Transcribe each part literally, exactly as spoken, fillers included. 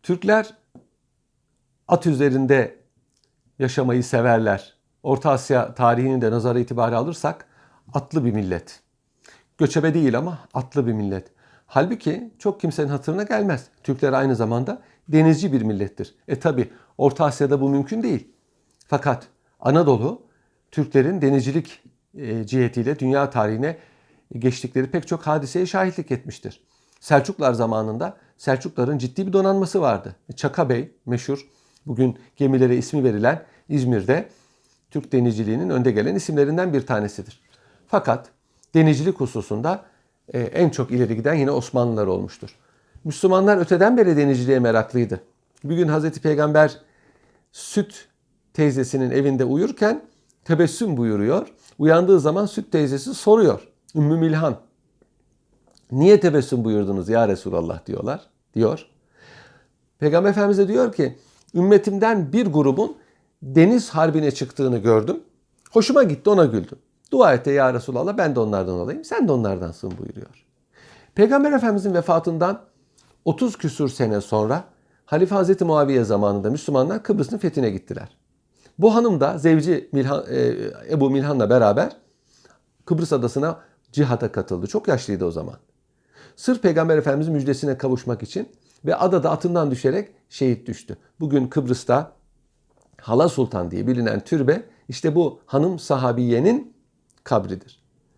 Türkler at üzerinde yaşamayı severler. Orta Asya tarihini de nazara itibari alırsak atlı bir millet. Göçebe değil ama atlı bir millet. Halbuki çok kimsenin hatırına gelmez. Türkler aynı zamanda denizci bir millettir. E tabi Orta Asya'da bu mümkün değil. Fakat Anadolu Türklerin denizcilik e, cihetiyle dünya tarihine geçtikleri pek çok hadiseye şahitlik etmiştir. Selçuklar zamanında Selçukların ciddi bir donanması vardı. Çaka Bey meşhur, bugün gemilere ismi verilen İzmir'de Türk denizciliğinin önde gelen isimlerinden bir tanesidir. Fakat denizcilik hususunda e, en çok ileri giden yine Osmanlılar olmuştur. Müslümanlar öteden beri denizciliğe meraklıydı. Bir gün Hazreti Peygamber Süt teyzesinin evinde uyurken tebessüm buyuruyor. Uyandığı zaman Süt teyzesi soruyor. Ümmü Milhan, niye tebessüm buyurdunuz ya Resulallah diyorlar. Diyor. Peygamber Efendimiz de diyor ki, ümmetimden bir grubun deniz harbine çıktığını gördüm. Hoşuma gitti, ona güldüm. Dua et ya Resulallah, ben de onlardan olayım, sen de onlardansın buyuruyor. Peygamber Efendimizin vefatından otuz küsur sene sonra Halife Hazreti Muaviye zamanında Müslümanlar Kıbrıs'ın fethine gittiler. Bu hanım da zevci Milhan, e, Ebu Milhan'la beraber Kıbrıs adasına cihada katıldı. Çok yaşlıydı o zaman. Sırf Peygamber Efendimizin müjdesine kavuşmak için ve adada atından düşerek şehit düştü. Bugün Kıbrıs'ta Hala Sultan diye bilinen türbe işte bu hanım sahabiyenin kabridir.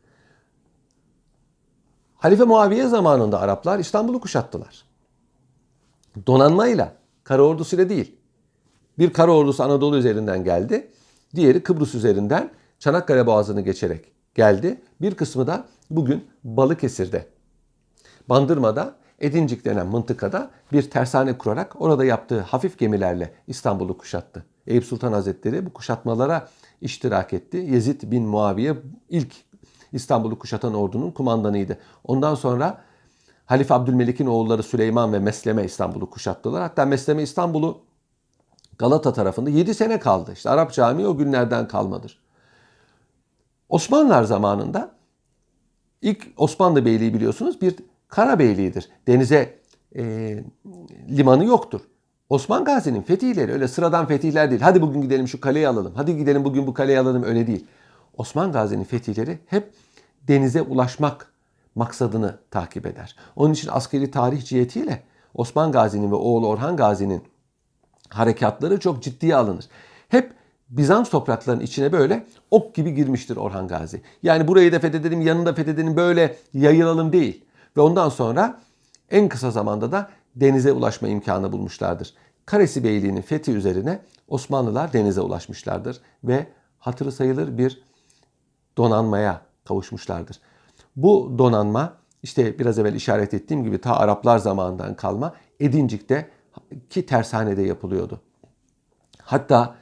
Halife Muaviye zamanında Araplar İstanbul'u kuşattılar. Donanmayla, kara ordusuyla değil. Bir kara ordusu Anadolu üzerinden geldi. Diğeri Kıbrıs üzerinden Çanakkale Boğazı'nı geçerek geldi. Bir kısmı da bugün Balıkesir'de, Bandırma'da, Edincik denen mıntıkada bir tersane kurarak orada yaptığı hafif gemilerle İstanbul'u kuşattı. Eyüp Sultan Hazretleri bu kuşatmalara iştirak etti. Yezid bin Muaviye ilk İstanbul'u kuşatan ordunun kumandanıydı. Ondan sonra Halife Abdülmelik'in oğulları Süleyman ve Mesleme İstanbul'u kuşattılar. Hatta Mesleme İstanbul'u Galata tarafında yedi sene kaldı. İşte Arap Camii o günlerden kalmadır. Osmanlılar zamanında ilk Osmanlı Beyliği biliyorsunuz bir kara beyliğidir. Denize e, limanı yoktur. Osman Gazi'nin fetihleri öyle sıradan fetihler değil. Hadi bugün gidelim şu kaleyi alalım. Hadi gidelim bugün bu kaleyi alalım, öyle değil. Osman Gazi'nin fetihleri hep denize ulaşmak maksadını takip eder. Onun için askeri tarih cihetiyle Osman Gazi'nin ve oğlu Orhan Gazi'nin harekatları çok ciddiye alınır. Hep Bizans topraklarının içine böyle ok gibi girmiştir Orhan Gazi. Yani burayı da fethedelim, yanında fethedelim, böyle yayılalım değil. Ve ondan sonra en kısa zamanda da denize ulaşma imkanı bulmuşlardır. Karesi Beyliği'nin fethi üzerine Osmanlılar denize ulaşmışlardır ve hatırı sayılır bir donanmaya kavuşmuşlardır. Bu donanma işte biraz evvel işaret ettiğim gibi ta Araplar zamanından kalma Edincik'te ki tersanede yapılıyordu. Hatta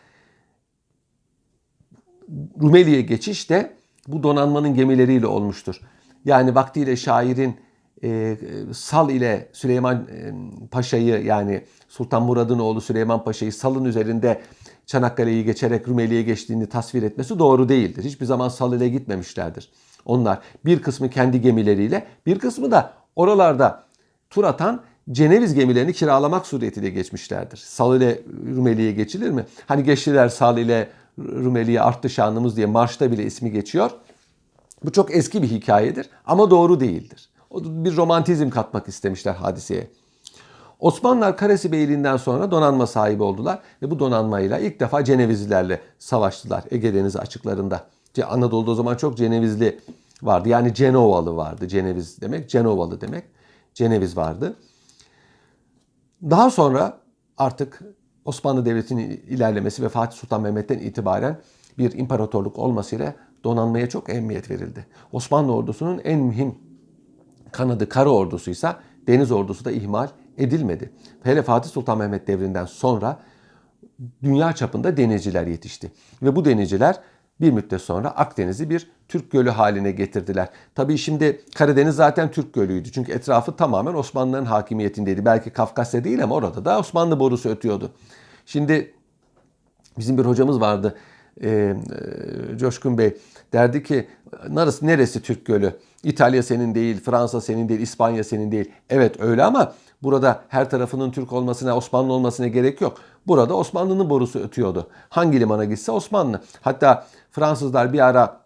Rumeli'ye geçiş de bu donanmanın gemileriyle olmuştur. Yani vaktiyle şairin e, Sal ile Süleyman e, Paşa'yı, yani Sultan Murad'ın oğlu Süleyman Paşa'yı Sal'ın üzerinde Çanakkale'yi geçerek Rumeli'ye geçtiğini tasvir etmesi doğru değildir. Hiçbir zaman Sal ile gitmemişlerdir. Onlar bir kısmı kendi gemileriyle, bir kısmı da oralarda tur atan Ceneviz gemilerini kiralamak suretiyle geçmişlerdir. Sal ile Rumeli'ye geçilir mi? Hani geçtiler Sal ile Rumeli'ye, arttı şanımız diye marşta bile ismi geçiyor. Bu çok eski bir hikayedir ama doğru değildir. Bir romantizm katmak istemişler hadiseye. Osmanlılar Karesi Beyliği'nden sonra donanma sahibi oldular ve bu donanmayla ilk defa Cenevizlilerle savaştılar Ege Denizi açıklarında. Anadolu'da o zaman çok Cenevizli vardı. Yani Cenovalı vardı. Ceneviz demek, Cenovalı demek. Ceneviz vardı. Daha sonra artık Osmanlı Devleti'nin ilerlemesi ve Fatih Sultan Mehmet'ten itibaren bir imparatorluk olmasıyla donanmaya çok ehemmiyet verildi. Osmanlı ordusunun en mühim kanadı kara ordusuysa deniz ordusu da ihmal edilmedi. Hele Fatih Sultan Mehmet devrinden sonra dünya çapında denizciler yetişti. Ve bu denizciler bir müddet sonra Akdeniz'i bir Türk gölü haline getirdiler. Tabii şimdi Karadeniz zaten Türk gölüydü. Çünkü etrafı tamamen Osmanlıların hakimiyetindeydi. Belki Kafkasya değil ama orada da Osmanlı borusu ötüyordu. Şimdi bizim bir hocamız vardı, e, e, Coşkun Bey. Derdi ki neresi, neresi Türk gölü? İtalya senin değil, Fransa senin değil, İspanya senin değil. Evet öyle ama Burada her tarafının Türk olmasına, Osmanlı olmasına gerek yok. Burada Osmanlı'nın borusu ötüyordu. Hangi limana gitse Osmanlı. Hatta Fransızlar bir ara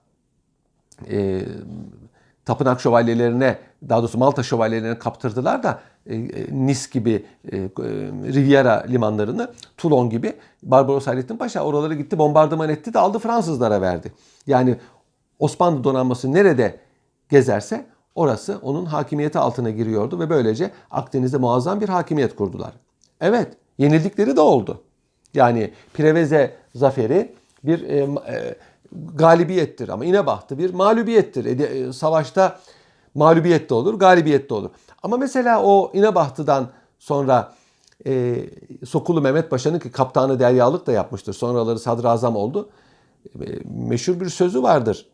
e, tapınak şövalyelerine, daha doğrusu Malta şövalyelerine kaptırdılar da e, Nice gibi, e, Riviera limanlarını, Toulon gibi. Barbaros Hayrettin Paşa oralara gitti, bombardıman etti de aldı, Fransızlara verdi. Yani Osmanlı donanması nerede gezerse orası onun hakimiyeti altına giriyordu ve böylece Akdeniz'de muazzam bir hakimiyet kurdular. Evet, yenildikleri de oldu. Yani Preveze zaferi bir e, e, galibiyettir ama İnebahçe bir mağlubiyettir. E, savaşta mağlubiyet de olur, galibiyet de olur. Ama mesela o İnebahçe'dan sonra e, Sokulu Mehmet Paşa'nın, ki kaptanı deryalık da yapmıştır, sonraları sadrazam oldu. E, meşhur bir sözü vardır.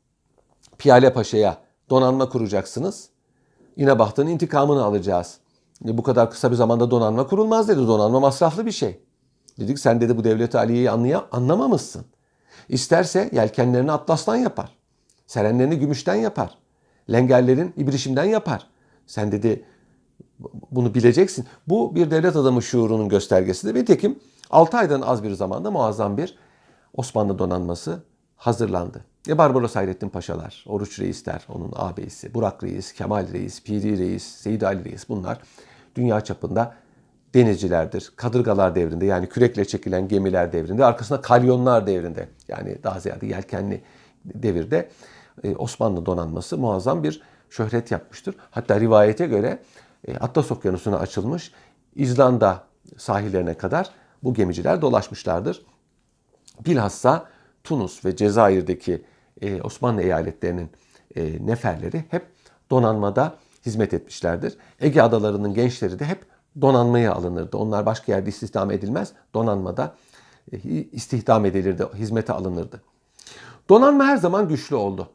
Piyale Paşa'ya donanma kuracaksınız, İnebahçe'nin intikamını alacağız. E, bu kadar kısa bir zamanda donanma kurulmaz dedi. Donanma masraflı bir şey. Dedik, sen dedi bu Devlet-i Aliye'yi anlaya, anlamamışsın. İsterse yelkenlerini atlastan yapar. Serenlerini gümüşten yapar. Lengerlerin ibrişimden yapar. Sen dedi bunu bileceksin. Bu bir devlet adamı şuurunun göstergesidir. Nitekim altı aydan az bir zamanda muazzam bir Osmanlı donanması hazırlandı. E Barbaros Hayrettin Paşalar, Oruç Reisler, onun ağabeyisi, Burak Reis, Kemal Reis, Piri Reis, Seyid Ali Reis, bunlar dünya çapında denizcilerdir. Kadırgalar devrinde, yani kürekle çekilen gemiler devrinde, arkasında kalyonlar devrinde, yani daha ziyade yelkenli devirde Osmanlı donanması muazzam bir şöhret yapmıştır. Hatta rivayete göre Atlas Okyanusu'na açılmış İzlanda sahillerine kadar bu gemiciler dolaşmışlardır. Bilhassa Tunus ve Cezayir'deki Osmanlı eyaletlerinin neferleri hep donanmada hizmet etmişlerdir. Ege adalarının gençleri de hep donanmaya alınırdı. Onlar başka yerde istihdam edilmez, donanmada istihdam edilirdi, hizmete alınırdı. Donanma her zaman güçlü oldu.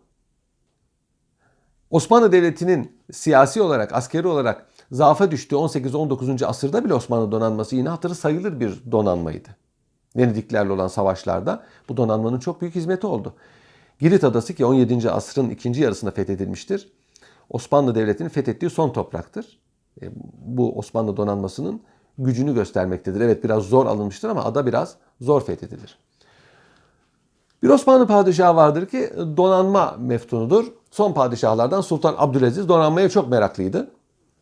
Osmanlı Devleti'nin siyasi olarak, askeri olarak zaafa düştüğü on sekiz on dokuzuncu asırda bile Osmanlı donanması yine hatırı sayılır bir donanmaydı. Venediklerle olan savaşlarda bu donanmanın çok büyük hizmeti oldu. Girit Adası, ki on yedinci asrın ikinci yarısında fethedilmiştir, Osmanlı Devleti'nin fethettiği son topraktır. Bu Osmanlı donanmasının gücünü göstermektedir. Evet, biraz zor alınmıştır ama ada biraz zor fethedilir. Bir Osmanlı padişahı vardır ki donanma meftunudur. Son padişahlardan Sultan Abdülaziz donanmaya çok meraklıydı.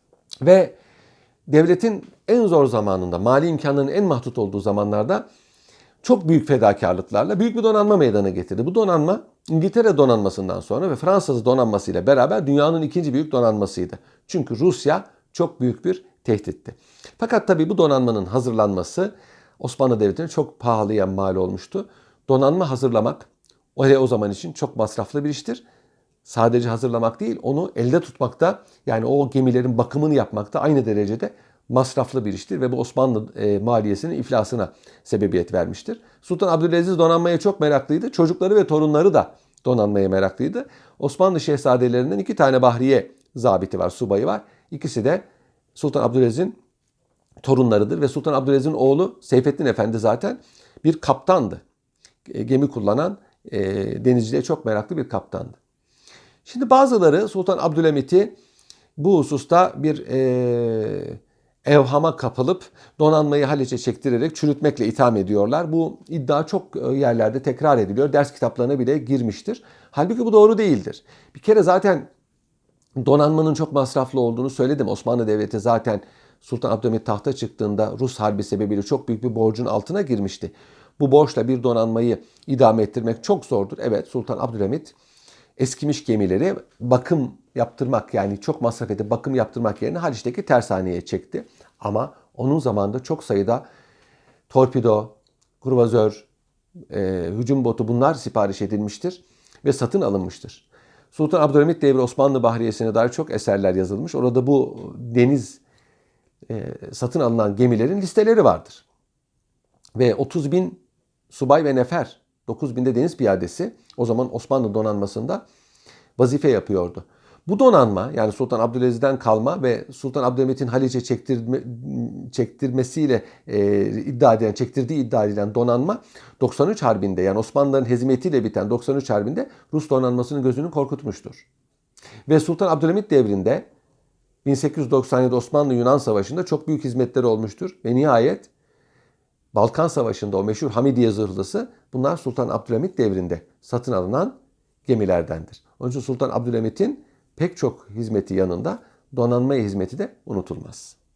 Ve devletin en zor zamanında, mali imkanlarının en mahdut olduğu zamanlarda çok büyük fedakarlıklarla büyük bir donanma meydana getirdi. Bu donanma İngiltere donanmasından sonra ve Fransız donanmasıyla beraber dünyanın ikinci büyük donanmasıydı. Çünkü Rusya çok büyük bir tehditti. Fakat tabii bu donanmanın hazırlanması Osmanlı Devleti'ne çok pahalıya mal olmuştu. Donanma hazırlamak öyle o zaman için çok masraflı bir iştir. Sadece hazırlamak değil, onu elde tutmakta, yani o gemilerin bakımını yapmakta aynı derecede masraflı bir iştir ve bu Osmanlı e, maliyesinin iflasına sebebiyet vermiştir. Sultan Abdülaziz donanmaya çok meraklıydı. Çocukları ve torunları da donanmaya meraklıydı. Osmanlı şehzadelerinden iki tane bahriye zabiti var, subayı var. İkisi de Sultan Abdülaziz'in torunlarıdır ve Sultan Abdülaziz'in oğlu Seyfettin Efendi zaten bir kaptandı. E, gemi kullanan, e, denizciliğe çok meraklı bir kaptandı. Şimdi bazıları Sultan Abdülhamit'i bu hususta bir e, evhama kapılıp donanmayı Haliç'e çektirerek çürütmekle itham ediyorlar. Bu iddia çok yerlerde tekrar ediliyor. Ders kitaplarına bile girmiştir. Halbuki bu doğru değildir. Bir kere zaten donanmanın çok masraflı olduğunu söyledim. Osmanlı Devleti zaten Sultan Abdülhamit tahta çıktığında Rus Harbi sebebiyle çok büyük bir borcun altına girmişti. Bu borçla bir donanmayı idame ettirmek çok zordur. Evet, Sultan Abdülhamit eskimiş gemileri bakım yaptırmak, yani çok masraf edip bakım yaptırmak yerine Haliç'teki tersaneye çekti. Ama onun zamanında çok sayıda torpido, kruvazör, e, hücum botu, bunlar sipariş edilmiştir ve satın alınmıştır. Sultan Abdülhamit devri Osmanlı Bahriyesi'ne dair çok eserler yazılmış. Orada bu deniz e, satın alınan gemilerin listeleri vardır. Ve otuz bin subay ve nefer, dokuz binde deniz piyadesi o zaman Osmanlı donanmasında vazife yapıyordu. Bu donanma, yani Sultan Abdülaziz'den kalma ve Sultan Abdülhamit'in Haliç'e çektirme, çektirmesiyle e, iddia edilen, çektirdiği iddia edilen donanma doksan üç Harbi'nde, yani Osmanlıların hezimetiyle biten doksan üç Harbi'nde Rus donanmasının gözünü korkutmuştur. Ve Sultan Abdülhamit devrinde bin sekiz yüz doksan yedi Osmanlı-Yunan Savaşı'nda çok büyük hizmetleri olmuştur. Ve nihayet Balkan Savaşı'nda o meşhur Hamidiye zırhlısı, bunlar Sultan Abdülhamit devrinde satın alınan gemilerdendir. Onun için Sultan Abdülhamit'in pek çok hizmeti yanında donanma hizmeti de unutulmaz.